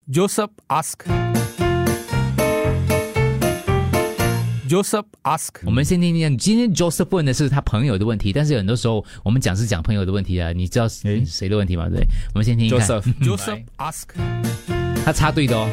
Joseph ask. 我们先听听，今天 Joseph 问的是他朋友的问题，但是很多时候我们讲是讲朋友的问题啊，你知道谁的问题吗？对，我们先听听看。 Joseph ask. 他插队的哦。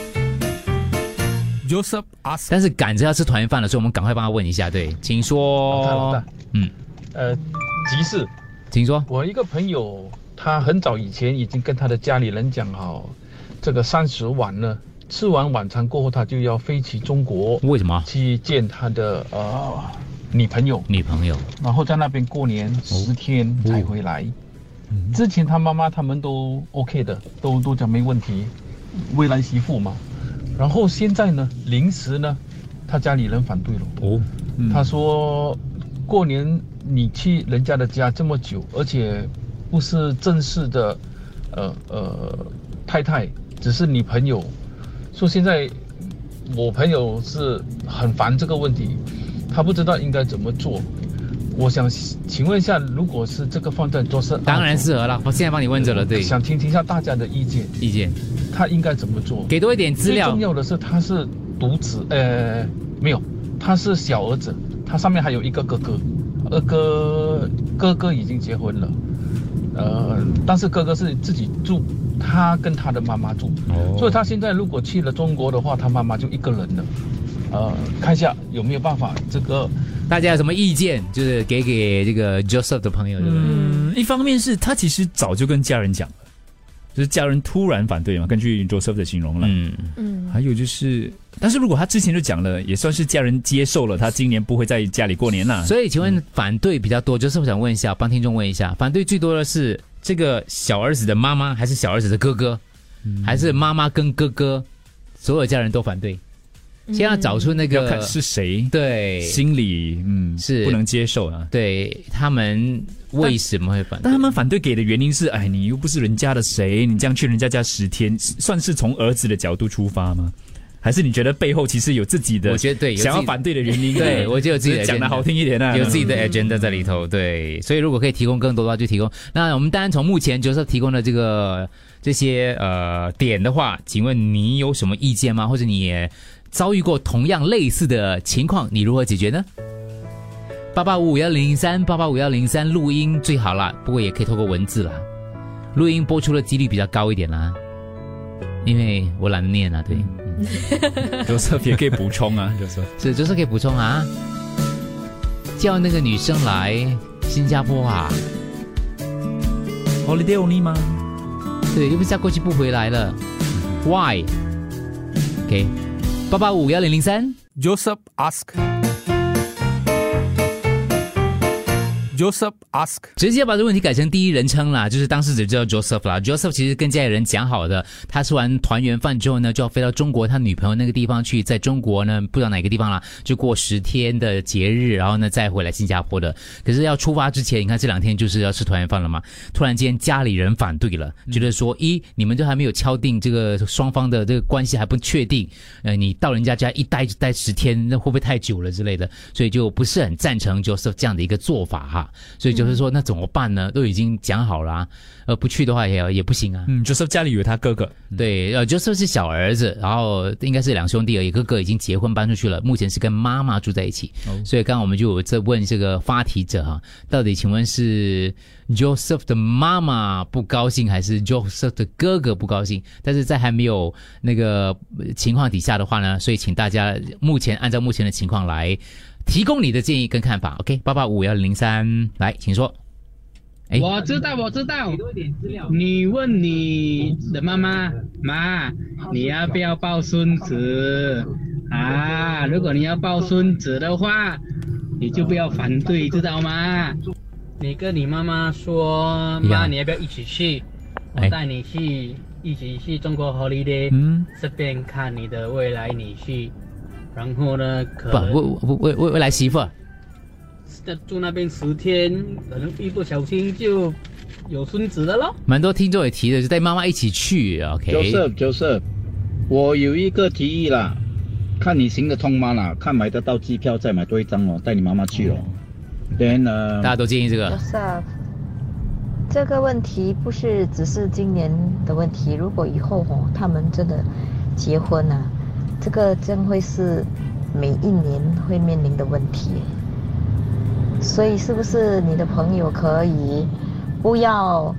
Joseph ask. 但是赶着要吃团圆饭了，所以我们赶快帮他问一下。对，请说。 老大，急事， 请说。 我一个朋友，他很早以前已经跟他的家里人讲好，这个30晚呢，吃完晚餐过后，他就要飞去中国。 为什么？ 去见他的女朋友，然后在那边过年10天才回来。之前他妈妈他们都 OK 的，都讲没问题，未来媳妇嘛。然后现在呢，临时呢，他家里人反对了。他说过年你去人家的家这么久，而且不是正式的太太，只是你朋友，说现在我朋友是很烦这个问题，他不知道应该怎么做。我想请问一下，如果是这个放在做事， 当然适合了。我现在帮你问着了，对， 想听一下大家的意见，他应该怎么做？ 给多一点资料。 最重要的是他是独子，没有，他是小儿子，他上面还有一个哥哥，哥哥已经结婚了，但是哥哥是自己住，他跟他的妈妈住，所以他现在如果去了中国的话，他妈妈就一个人了。看一下有没有办法，这个大家有什么意见，就是给这个 Joseph 的朋友，对不对？ 一方面是他其实早就跟家人讲了，就是家人突然反对嘛，根据 Joseph 的形容了。还有就是，但是如果他之前就讲了，也算是家人接受了，他今年不会在家里过年了。 所以请问反对比较多，Joseph想问一下，帮听众问一下，反对最多的是这个小儿子的妈妈，还是小儿子的哥哥，还是妈妈跟哥哥所有家人都反对？先要找出那个要看是谁， 对， 心里是不能接受啊。 对，他们为什么会反对？ 但他们反对给的原因是，你又不是人家的谁，你这样去人家家10天，算是从儿子的角度出发吗？还是你觉得背后其实有自己的， 我觉得对， 想要反对的原因？ 对，我觉得有自己的讲的好听一点啊， 有自己的 agenda 在里头。对，所以如果可以提供更多的话，就提供。那我们当然从目前Joseph提供的这些点的话，请问你有什么意见吗？或者你也遭遇过同样类似的情况，你如何解决呢？88551003录音最好啦，不过也可以透过文字啦。录音播出的几率比较高一点啦，因为我懒得念啊。对 ，Joseph 也可以补充啊 ，Joseph 可以补充啊。叫那个女生来新加坡啊 ，Holiday only 吗？ 对，又不是嫁过去不回来了 ，Why？ OK。88551003 Joseph ask， 直接把这个问题改成第一人称啦，就是当事者叫 Joseph 啦。Joseph 其实跟家里人讲好的，他吃完团圆饭之后呢，就要飞到中国他女朋友那个地方去，在中国呢不知道哪个地方啦，就过10天的节日，然后呢再回来新加坡的。可是要出发之前，你看这2天就是要吃团圆饭了嘛，突然间家里人反对了，觉得说你们都还没有敲定这个双方的这个关系还不确定，你到人家家一待就待10天，那会不会太久了之类的，所以就不是很赞成 Joseph 这样的一个做法哈。所以就是说，那怎么办呢？都已经讲好了不去的话也不行啊。 Joseph 家里有他哥哥， 对，Joseph 是小儿子，然后应该是2兄弟而已，哥哥已经结婚搬出去了，目前是跟妈妈住在一起。所以刚刚我们就有在问这个发题者哈，到底请问是 Joseph 的妈妈不高兴，还是 Joseph 的哥哥不高兴？但是在还没有那个情况底下的话呢，所以请大家按照目前的情况来提供你的建议跟看法。 OK，885103来请说。 我知道，你问你的妈妈，你要不要抱孙子啊？如果你要抱孙子的话，你就不要反对，知道吗？你跟你妈妈说，妈，你要不要一起去？我带你去，一起去中国 holiday，顺便看你的未来女婿。然后呢， 未来媳妇住那边10天，可能一不小心就有孙子了咯。 蛮多听众也提的，就带妈妈一起去。 OK，Joseph，我有一个提议啦，看你行得通吗啦？看买得到机票再买多一张带你妈妈去咯。大家都建议这个。 Joseph， 这个问题不是只是今年的问题，如果以后他们真的结婚啊，这个真会是每一年会面临的问题。所以是不是你的朋友可以不要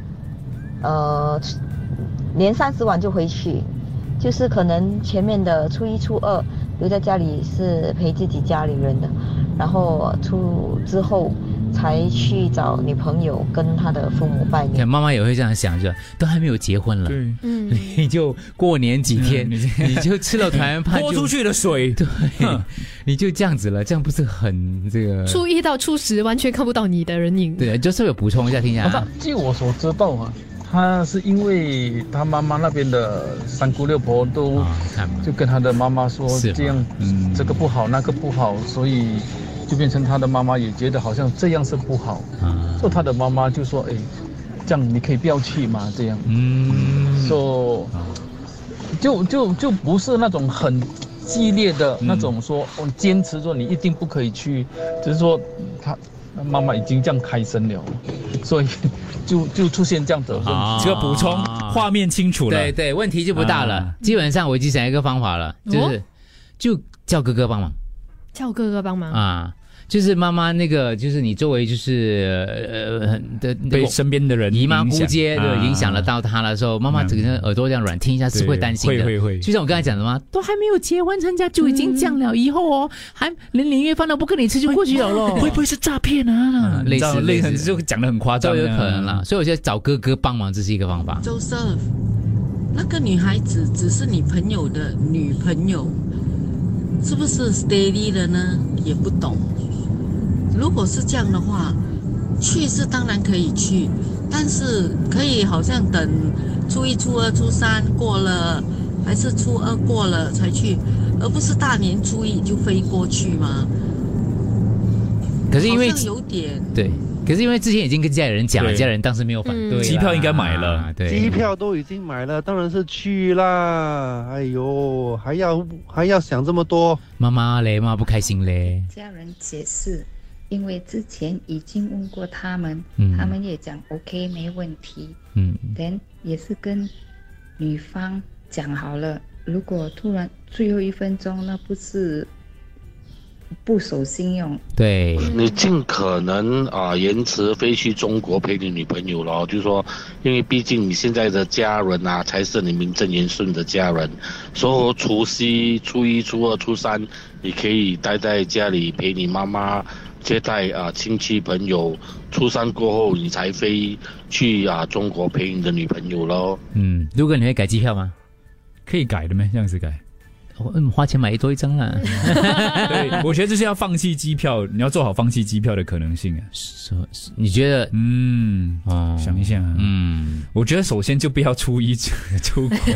年30晚就回去，就是可能前面的初1、初2留在家里是陪自己家里人的，然后之后才去找女朋友跟他的父母拜年。 妈妈也会这样想着，都还没有结婚了，你就过年几天，你就吃了团圆饭， 泼出去的水， 对，你就这样子了，这样不是很这个？ 初1到初10完全看不到你的人影。 对，就是有补充一下，听一下。 据我所知道啊，他是因为他妈妈那边的三姑六婆都就跟他的妈妈说这样，这个不好，那个不好，所以就变成他的妈妈也觉得好像这样是不好，所以他的妈妈就说：“哎，这样你可以不要去嘛，这样。”说就不是那种很激烈的那种说，坚持说你一定不可以去，只是说他妈妈已经这样开声了，所以就出现这样的问题。 这个补充画面清楚了， 对对，问题就不大了。基本上我已经想一个方法了，就叫哥哥帮忙， 叫哥哥帮忙啊。就是妈妈那个，就是你周围就是被身边的人姨妈姑姐的影响了到他的时候，妈妈整个耳朵这样软，听一下是会担心的。 会。 就像我刚才讲的嘛，都还没有结婚成家就已经这样了，以后还连年夜饭都不跟你吃就过去了咯。 会不会是诈骗啊？类似就讲得很夸张， 都有可能啦。所以我觉得找哥哥帮忙这是一个方法。 Joseph， 那个女孩子只是你朋友的女朋友，是不是 steady 的呢？也不懂。如果是这样的话，去是当然可以去，但是可以好像等初1、初2、初3过了，还是初2过了才去，而不是大年初1就飞过去吗？ 可是因为好像有点对，可是因为之前已经跟家里人讲了，家人当时没有反对， 机票应该买了， 对， 机票都已经买了，当然是去啦。哎呦，还要想这么多， 妈妈嘞，妈妈不开心嘞。 家人解释，因为之前已经问过他们，他们也讲 OK 没问题。then 也是跟女方讲好了，如果突然最后1分钟，那不是不守信用。 对， 你尽可能延迟飞去中国陪你女朋友咯，就是说，因为毕竟你现在的家人啊，才是你名正言顺的家人。所以除夕、初1、初2、初3，你可以待在家里陪你妈妈。接待亲戚朋友，初3过后你才飞去中国陪你的女朋友咯。 如果你会改机票吗？ 可以改的吗？这样子改？ 花钱买多一张啦。 对，我觉得这是要放弃机票，你要做好放弃机票的可能性啊。 你觉得？ 想一下，我觉得首先就不要初1出国。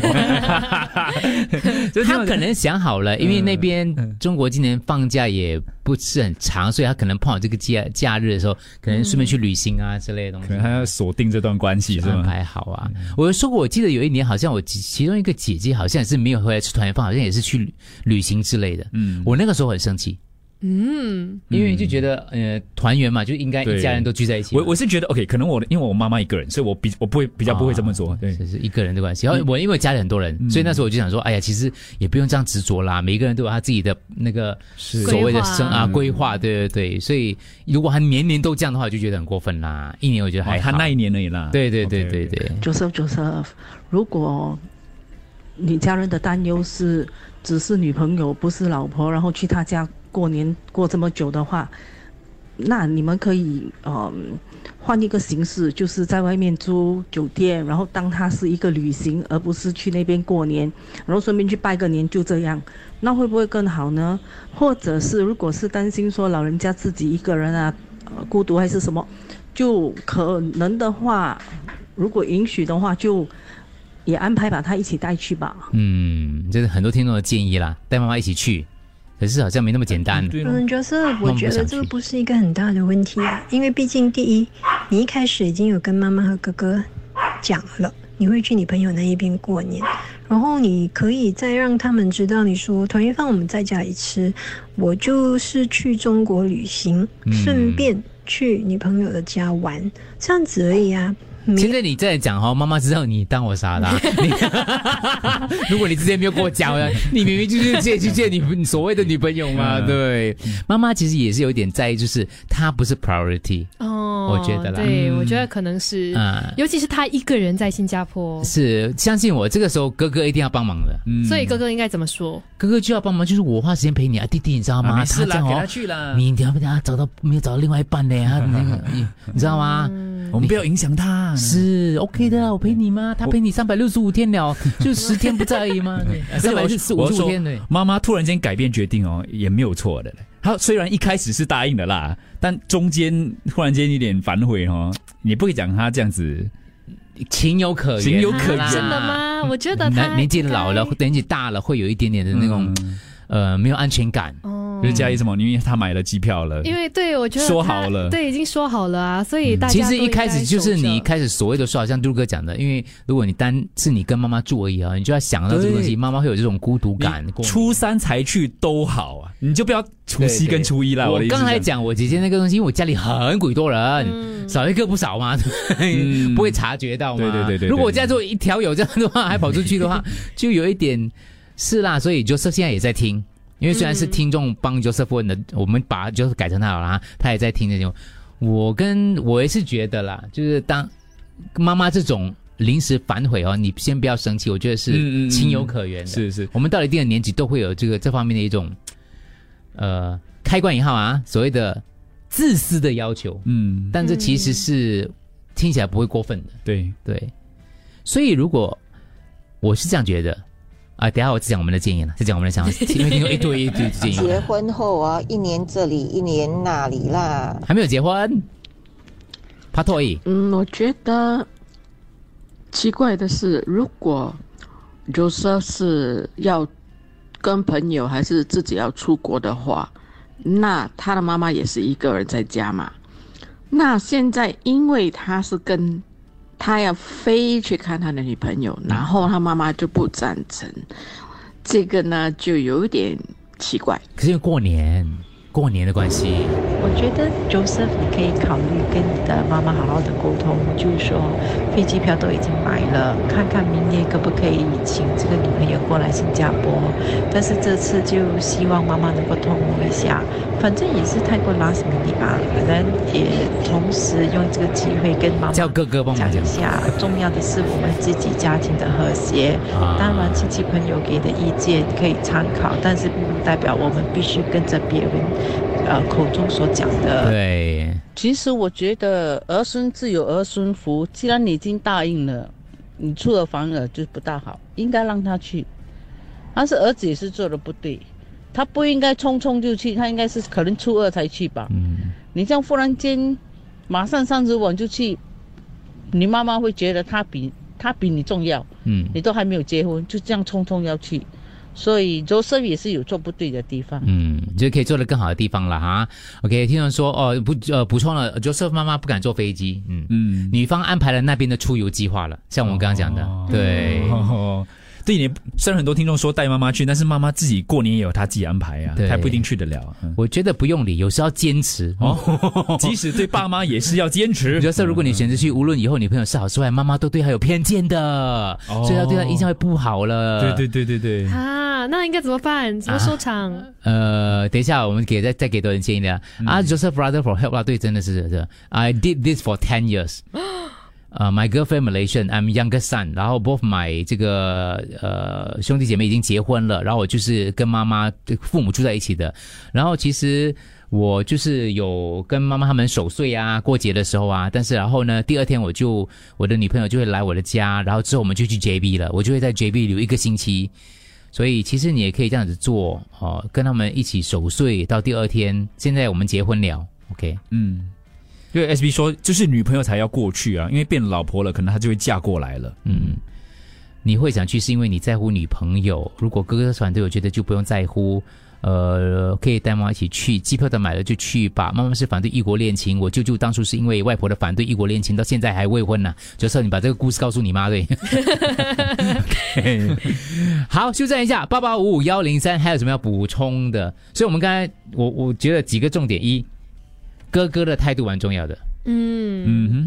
他可能想好了，因为那边中国今年放假也不是很长，所以他可能碰好这个假日的时候，可能顺便去旅行啊之类的东西。 可能他要锁定这段关系是吗？ 安排好啊。我就说过，我记得有一年好像我其中一个姐姐好像也是没有回来吃团圆饭，好像也是去旅行之类的。我那个时候很生气。因为就觉得团圆嘛，就应该一家人都聚在一起。 我是觉得 OK， 可能因为我妈妈一个人，所以我比较不会这么做。对， 这是一个人的关系。然后我因为家里很多人，所以那时候我就想说，哎呀，其实也不用这样执着啦，每一个人都有他自己的那个所谓的规划，对对对。所以如果他年年都这样的话，我就觉得很过分啦。一年我觉得还好， 他那一年而已啦。 对对对对对。 Joseph， 如果你家人的担忧是只是女朋友不是老婆，然后去他家过年过这么久的话，那你们可以换一个形式，就是在外面租酒店，然后当它是一个旅行，而不是去那边过年，然后顺便去拜个年，就这样，那会不会更好呢？或者是如果是担心说老人家自己一个人啊，孤独还是什么，就可能的话，如果允许的话，就也安排把他一起带去吧。 这是很多听众的建议啦，带妈妈一起去。可是好像没那么简单。 就是我觉得这个不是一个很大的问题啊，因为毕竟第一，你一开始已经有跟妈妈和哥哥讲了，你会去你朋友那一边过年，然后你可以再让他们知道，你说团圆饭我们在家里吃，我就是去中国旅行，顺便去你朋友的家玩，这样子而已啊。 现在你在讲妈妈知道你当我傻的如果你之前没有跟我讲你明明就是去见你所谓的女朋友嘛。对，妈妈其实也是有一点在意，就是她不是 priority 我觉得啦。 对，我觉得可能是尤其是他一个人在新加坡， 是相信我，这个时候哥哥一定要帮忙的。 所以哥哥应该怎么说？ 哥哥就要帮忙，就是我花时间陪你啊，弟弟你知道吗？ 是啦，给他他去啦， 你等下没有找到另外一半嘞你知道吗？ 我们不要影响他， 是 OK 的，我陪你吗？他陪你365天了，就10天不在而已吗？355天对。 妈妈突然间改变决定也没有错的。他虽然一开始是答应的啦，但中间忽然间有点反悔你不可以讲他这样子， 情有可原， 真的吗？我觉得他年纪老了，年纪大了，会有一点点的那种没有安全感。 就是嘉义什么？因为他买了机票了， 因为对我觉得说好了， 对，已经说好了啊，所以大家其实一开始就是你一开始所谓的说好，像杜哥讲的，因为如果你是你跟妈妈住而已你就要想到这个东西，妈妈会有这种孤独感。 初3才去都好啊，你就不要除夕跟初一啦。 我刚才讲我姐姐那个东西，因为我家里很鬼多人，少一个不少嘛，不会察觉到嘛。 对。 如果我家做一条友这样的话，还跑出去的话，就有一点是啦。所以Joseph现在也在听。因为虽然是听众帮 Joseph 问的，我们把 Joseph 改成他好了，他也在听这种。我也是觉得啦，就是当妈妈这种临时反悔你先不要生气，我觉得是情有可原的。 是， 我们到了一定的年纪都会有这方面的一种开关引号所谓的自私的要求。但这其实是听起来不会过分的。对，所以如果我是这样觉得。等一下我只讲我们的建议了，再讲我们的想法，因为听过一堆建议。 结婚后1年这里1年那里啦， 还没有结婚，怕拖而已。 我觉得奇怪的是，如果 Joseph 是要跟朋友还是自己要出国的话，那他的妈妈也是一个人在家嘛。那现在因为他要飞去看他的女朋友，然后他妈妈就不赞成，这个呢就有点奇怪。 可是因为过年的关系， 我觉得 Joseph 你可以考虑跟你的妈妈好好的沟通，就是说飞机票都已经买了，看看明年可不可以请这个女朋友过来新加坡。但是这次就希望妈妈能够通融一下，反正也是太过 last minute 吧，可能也同时用这个机会跟妈妈叫哥哥帮忙讲一下，重要的是我们自己家庭的和谐。当然亲戚朋友给的意见可以参考，但是并不代表我们必须跟着别人口中所讲的。 对， 其实我觉得儿孙自有儿孙福，既然你已经答应了，你出尔反尔就不大好，应该让他去。但是儿子也是做的不对，他不应该匆匆就去，他应该是可能初2才去吧。你这样忽然间马上30晚就去，你妈妈会觉得他比你重要。你都还没有结婚，就这样匆匆要去。所以 Joseph 也是有做不对的地方， 就可以做得更好的地方了哈。OK， 听人说补充了 ，Joseph 妈妈不敢坐飞机，女方安排了那边的出游计划了，像我们刚刚讲的，对。 对，你虽然很多听众说带妈妈去，但是妈妈自己过年也有她自己安排啊，她不一定去得了。 我觉得不用理，有时要坚持即使对爸妈也是要坚持。 我觉得如果你选择去，无论以后女朋友是好是坏，妈妈都对她有偏见的，所以她对她印象会不好了。 对那应该怎么办？怎么收场？ 等一下我们再给多人建议的Joseph brother for help 啦，对，真的是 I did this for 10 years my girlfriend Malaysian, I'm younger son. 然后 both my 这个兄弟姐妹已经结婚了，然后我就是跟妈妈父母住在一起的。然后其实我就是有跟妈妈他们守岁啊，过节的时候啊，但是然后呢，第二天我的女朋友就会来我的家，然后之后我们就去 JB 了，我就会在 JB 留1个星期。所以其实你也可以这样子做跟他们一起守岁到第二天。现在我们结婚了 ，OK， 因为 SB 说就是女朋友才要过去啊，因为变老婆了，可能她就会嫁过来了。 你会想去是因为你在乎女朋友，如果哥哥反对，我觉得就不用在乎。可以带妈妈一起去，机票都买了就去吧。妈妈是反对异国恋情，我舅舅当初是因为外婆的反对异国恋情，到现在还未婚呢。就是你把这个故事告诉你妈，对。好，休战一下，8855103还有什么要补充的？所以我们刚才我觉得几个重点：一，哥哥的态度蛮重要的。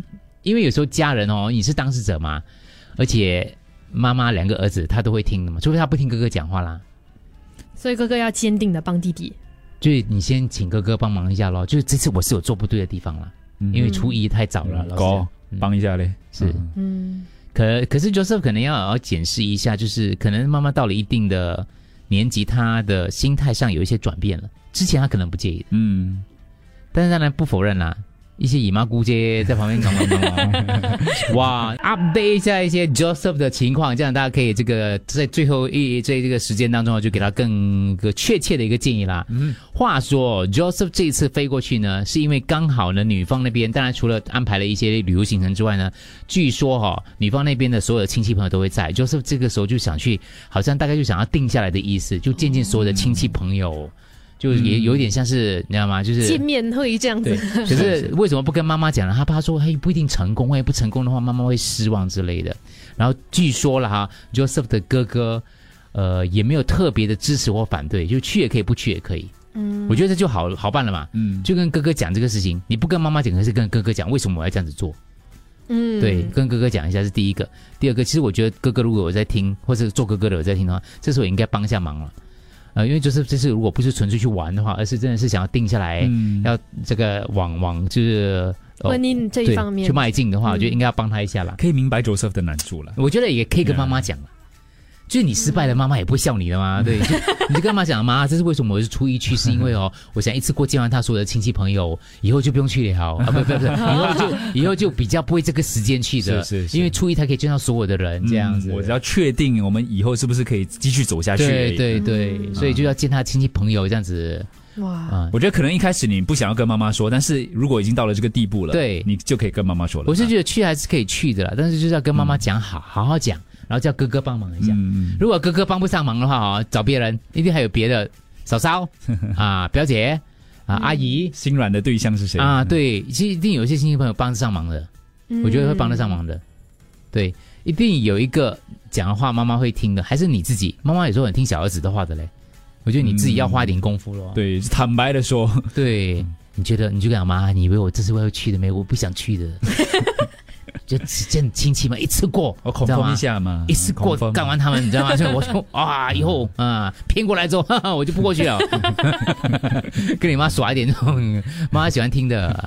因为有时候家人哦，你是当事者嘛，而且妈妈2个儿子他都会听的嘛，除非他不听哥哥讲话啦。 所以哥哥要坚定的帮弟弟。 就是你先请哥哥帮忙一下咯，就是这次我是有做不对的地方啦，因为初一太早了，老师帮一下嘞。 是，可是 Joseph 可能要检视一下，就是可能妈妈到了一定的年纪，她的心态上有一些转变了，之前她可能不介意的，但是当然不否认啦。一些姨妈姑姐在旁边哇 update 一下一些 Joseph 的情况，这样大家可以这个在最后这个时间当中就给他更确切的一个建议啦。话说 Joseph 这一次飞过去呢，是因为刚好呢女方那边当然除了安排了一些旅游行程之外呢，据说女方那边的所有的亲戚朋友都会在。Joseph 这个时候就想去，好像大概就想要定下来的意思，就见见所有的亲戚朋友。就也有点像是你知道吗？就是见面会这样子。 可是为什么不跟妈妈讲呢？他怕说不一定成功，不成功的话妈妈会失望之类的。然后据说了哈 ，Joseph 的哥哥也没有特别的支持或反对，就去也可以，不去也可以。我觉得这就好办了嘛。就跟哥哥讲这个事情，你不跟妈妈讲，可是跟哥哥讲为什么我要这样子做。对，跟哥哥讲一下是第一个。第二个，其实我觉得哥哥如果我在听，或者做哥哥的我在听的话，这时候我应该帮一下忙了。因为就是这次如果不是纯粹去玩的话，而是真的是想要定下来，要这个往就是婚姻这一方面去迈进的话，我觉得应该要帮他一下啦。 可以明白 Joseph 的难处了， 我觉得也可以跟妈妈讲了。就是你失败了，妈妈也不会笑你的嘛。对，你就跟妈妈讲，妈，这是为什么我是初一去，是因为我想一次过见完他所有的亲戚朋友，以后就不用去了啊，不，以后就比较不会这个时间去的，是，因为初一才可以见到所有的人这样子。 我只要确定我们以后是不是可以继续走下去。 对，所以就要见他亲戚朋友这样子。 哇， 我觉得可能一开始你不想要跟妈妈说，但是如果已经到了这个地步了，对，你就可以跟妈妈说了。 我是觉得去还是可以去的啦，但是就是要跟妈妈讲好好讲。然后叫哥哥帮忙一下，如果哥哥帮不上忙的话找别人，一定还有别的嫂嫂啊、表姐啊、阿姨。 心软的对象是谁啊？对，其实一定有一些亲戚朋友帮得上忙的，我觉得会帮得上忙的。对，一定有一个讲的话妈妈会听的，还是你自己？妈妈有时候很听小儿子的话的嘞。我觉得你自己要花一点功夫咯。 对，坦白的说， 对，你觉得你就跟妈，你以为我这次会去的没？我不想去的。就只见亲戚们一次过， 我恐慌一下嘛， 一次过干完他们，你知道吗？所以我说以后骗过来之后，我就不过去了，跟你妈耍一点这种妈喜欢听的。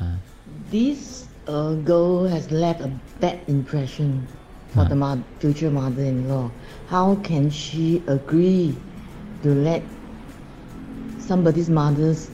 This girl has left a bad impression for the future mother-in-law. How can she agree to let somebody's mother's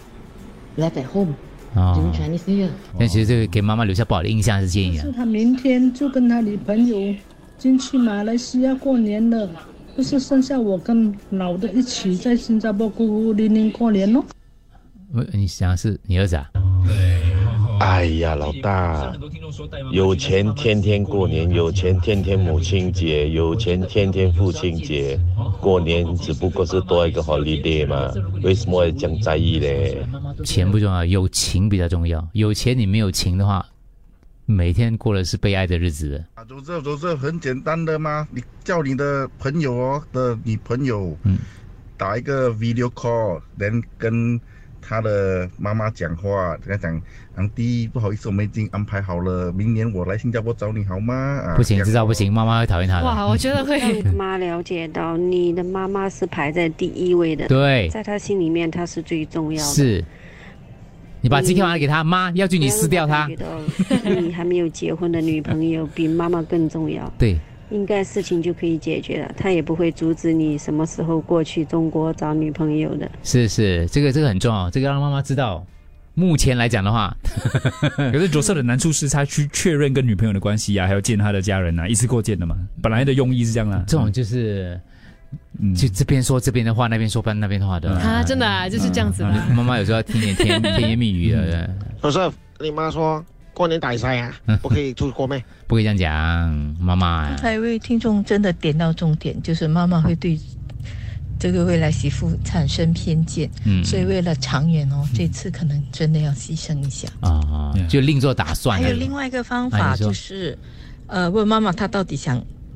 left at home? 但其实这个给妈妈留下不好的印象是建议啊。 是他明天就跟他女朋友进去马来西亚过年了，就是剩下我跟老的一起在新加坡孤孤零零过年咯。 你想的是你儿子啊？ 哎呀，老大，有钱天天过年，有钱天天母亲节，有钱天天父亲节，过年只不过是多一个 holiday 嘛，为什么要这样在意嘞？ 钱不重要，有情比较重要。有钱你没有情的话，每天过的是悲哀的日子的。 都是很简单的嘛，你叫你的朋友的女朋友，打一个 video call， 然后跟他的妈妈讲话，跟他讲，Auntie，不好意思，我们已经安排好了，明年我来新加坡找你好吗？ 不行，知道不行，妈妈会讨厌他的。 哇，我觉得会。 让妈了解到你的妈妈是排在第一位的， 对， 在她心里面她是最重要的。 是，你把机票拿给他，妈要求你撕掉他。 你还没有结婚的女朋友比妈妈更重要。 对。 应该事情就可以解决了，他也不会阻止你什么时候过去中国找女朋友的。 是，这个很重要，这个让妈妈知道。目前来讲的话， 可是Joseph的难处是他去确认跟女朋友的关系啊，还要见他的家人啊，一次过见的嘛。本来的用意是这样啦， 这种就是就这边说这边的话，那边说那边的话的。 真的就是这样子的。 妈妈有时候要听点甜言蜜语的。 Joseph，你妈说过年大赛啊，不可以出国咩？ 不可以这样讲，妈妈。 刚才一位听众真的点到重点，就是妈妈会对这个未来媳妇产生偏见，所以为了长远这次可能真的要牺牲一下就另做打算。 还有另外一个方法就是，问妈妈她到底想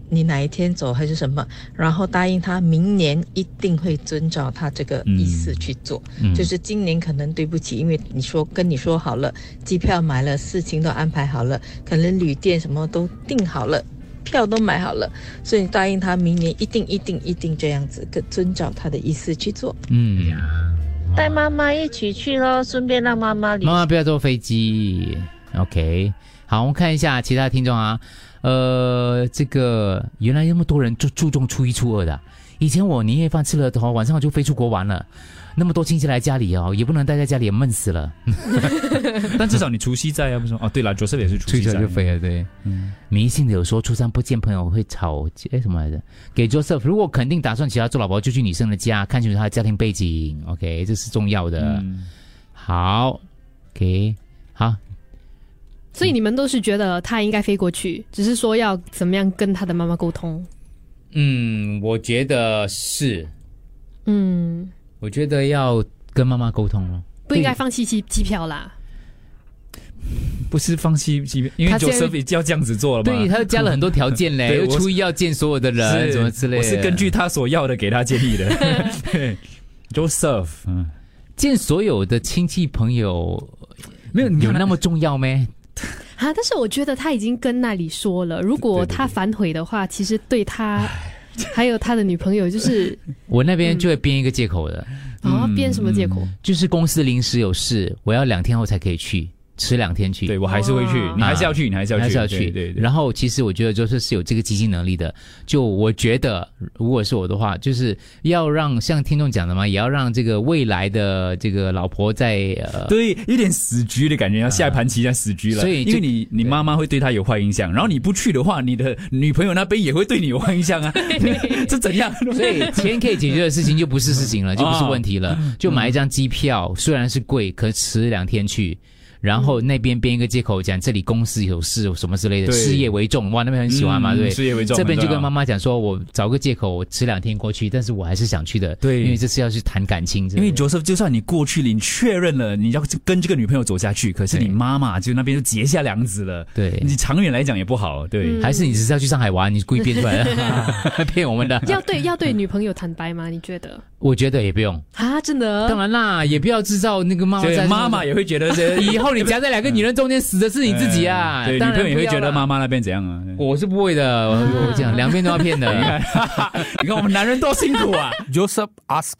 你哪一天走还是什么，然后答应他明年一定会遵照他这个意思去做。就是今年可能对不起，因为跟你说好了，机票买了，事情都安排好了，可能旅店什么都订好了，票都买好了，所以答应他明年一定这样子，遵照他的意思去做。 带妈妈一起去咯，顺便让妈妈不要坐飞机。OK， 好，我们看一下其他的听众啊。这个原来那么多人就注重初一初二的。以前我年夜饭吃了的话，晚上就飞出国玩了。那么多亲戚来家里也不能待在家里，也闷死了。 但至少你除夕在啊，不是？哦，对了，Joseph也是除夕在就飞了，对。迷信的有说初三不见朋友会吵，什么来着？给 Joseph， 如果肯定打算娶她做老婆，就去女生的家，看清楚她的家庭背景。OK， 这是重要的。好 ，OK， 好。 所以你们都是觉得他应该飞过去，只是说要怎么样跟他的妈妈沟通？ 我觉得是。我觉得要跟妈妈沟通咯， 不应该放弃机票啦。 不是放弃机票，因为 Joseph 已经要这样子做了嘛。 对，他加了很多条件嘞，又初一要见所有的人，什么之类的。 我是根据他所要的给他建议的。Joseph， 见所有的亲戚朋友，有那么重要咩？ 但是我觉得他已经跟那里说了，如果他反悔的话，其实对他还有他的女朋友，就是我那边就会编一个借口的。 编什么借口？ 就是公司临时有事，我要2天后才可以去。迟2天去， 对，我还是会去，你还是要去，你还是要去，对。 然后其实我觉得就是有这个积极能力的，就我觉得如果是我的话，就是要让像听众讲的嘛，也要让这个未来的这个老婆在对，有点死局的感觉，要下一盘棋在死局了。所以因为你妈妈会对他有坏印象，然后你不去的话，你的女朋友那边也会对你有坏印象啊，这怎样？ 所以钱可以解决的事情就不是事情了，就不是问题了，就买一张机票，虽然是贵，可迟2天去。然后那边编一个借口讲这里公司有事什么之类的，事业为重，哇，那边很喜欢嘛，对， 事业为重。 这边就跟妈妈讲说，我找个借口，我迟2天过去，但是我还是想去的， 对， 因为这是要去谈感情。 因为 Joseph 就算你过去了，你确认了你要跟这个女朋友走下去，可是你妈妈就那边就结下梁子了， 对， 你长远来讲也不好，对。 还是你只是要去上海玩，你故意编出来的，骗我们的。 要对女朋友坦白吗？你觉得？ 我觉得也不用啊，真的？ 当然啦，也不要制造那个妈妈。 妈妈也会觉得以后你夹在2个女人中间死的是你自己啊。 对，女朋友也会觉得妈妈那边怎样啊？ 我是不会的，我讲2边都要骗的。 你看我们男人多辛苦啊。 Joseph ask，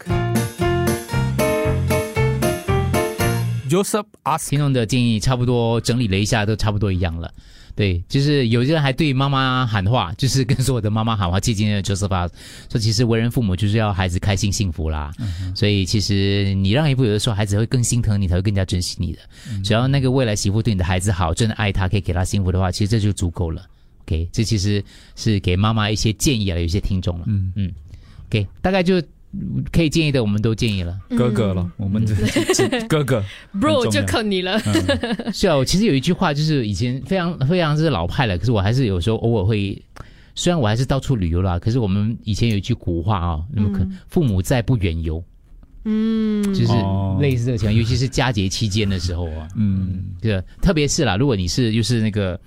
听众的建议差不多整理了一下，都差不多一样了。对，就是有些人还对妈妈喊话，就是跟所有的妈妈喊话，借今天的 Joseph 说，其实为人父母就是要孩子开心幸福啦。所以其实你让一步，有的时候孩子会更心疼你，才会更加珍惜你的。只要那个未来媳妇对你的孩子好，真的爱他，可以给他幸福的话，其实这就足够了。OK， 这其实是给妈妈一些建议啊，有一些听众了。OK， 大概就可以建议的我们都建议了。 哥哥了，我们哥哥 bro 就靠你了。 是啊，其实有一句话就是以前非常非常是老派了，可是我还是有时候偶尔会，虽然我还是到处旅游啦，可是我们以前有一句古话啊，那么父母在不远游。就是类似这个情况，尤其是佳节期间的时候啊，对，特别是啦，如果你是就是那个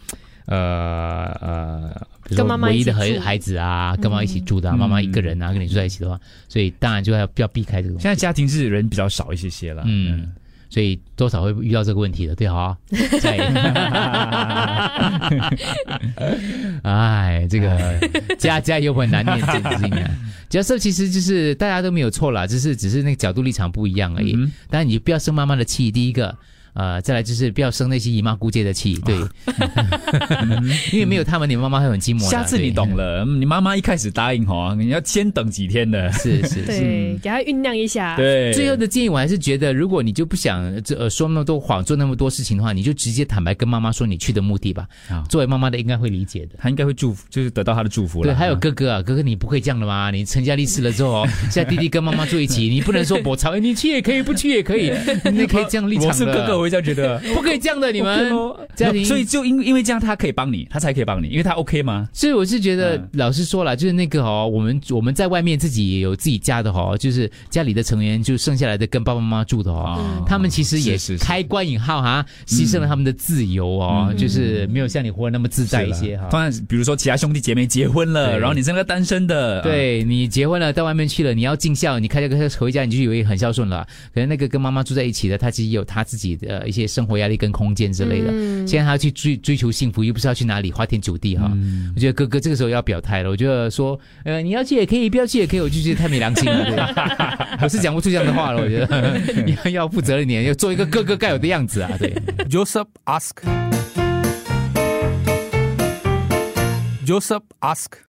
比如说唯一的孩子啊，跟妈妈一起住的，妈妈一个人啊，跟你住在一起的话，所以当然就要避开这个。 现在家庭是人比较少一些了， 所以多少会遇到这个问题的，对哈。哎，这个家有本难念，真是啊。角色其实就是大家都没有错啦，只是那个角度立场不一样而已。当然你不要生妈妈的气，第一个。再来就是不要生那些姨妈姑姐的气，对，因为没有他们，你妈妈会很寂寞的。 下次你懂了，你妈妈一开始答应你要先等几天的， 是， 对，给她酝酿一下。 对， 最后的建议我还是觉得，如果你就不想说那么多谎，做那么多事情的话，你就直接坦白跟妈妈说你去的目的吧。作为妈妈的应该会理解的， 她应该会祝福，就是得到她的祝福了。 对，还有哥哥啊，哥哥你不会这样的吗？你成家立室了之后，现在弟弟跟妈妈住一起，你不能说我吵，你去也可以，不去也可以，你可以这样立场的。 我是哥哥。 会这样觉得， 不可以这样的，你们家庭， 所以就因为这样，他可以帮你，他才可以帮你，因为他 OK 吗？ 所以我是觉得，老实说了，就是那个我们在外面自己也有自己家的就是家里的成员就剩下来的跟爸爸妈妈住的他们其实也开关引号牺牲了他们的自由就是没有像你活得那么自在一些当然，比如说其他兄弟姐妹结婚了，然后你是那个单身的， 对你结婚了，到外面去了，你要尽孝，你开车回家，你就以为很孝顺了。可能那个跟妈妈住在一起的，他其实有他自己的一些生活压力跟空间之类的。现在他要去追求幸福，又不知道去哪里花天酒地我觉得哥哥这个时候要表态了。我觉得说，你要去也可以，不要去也可以，我就觉得太没良心了。对我是讲不出这样的话了。我觉得你要负责任一点，要做一个哥哥该有的样子啊。对 ，Joseph ask.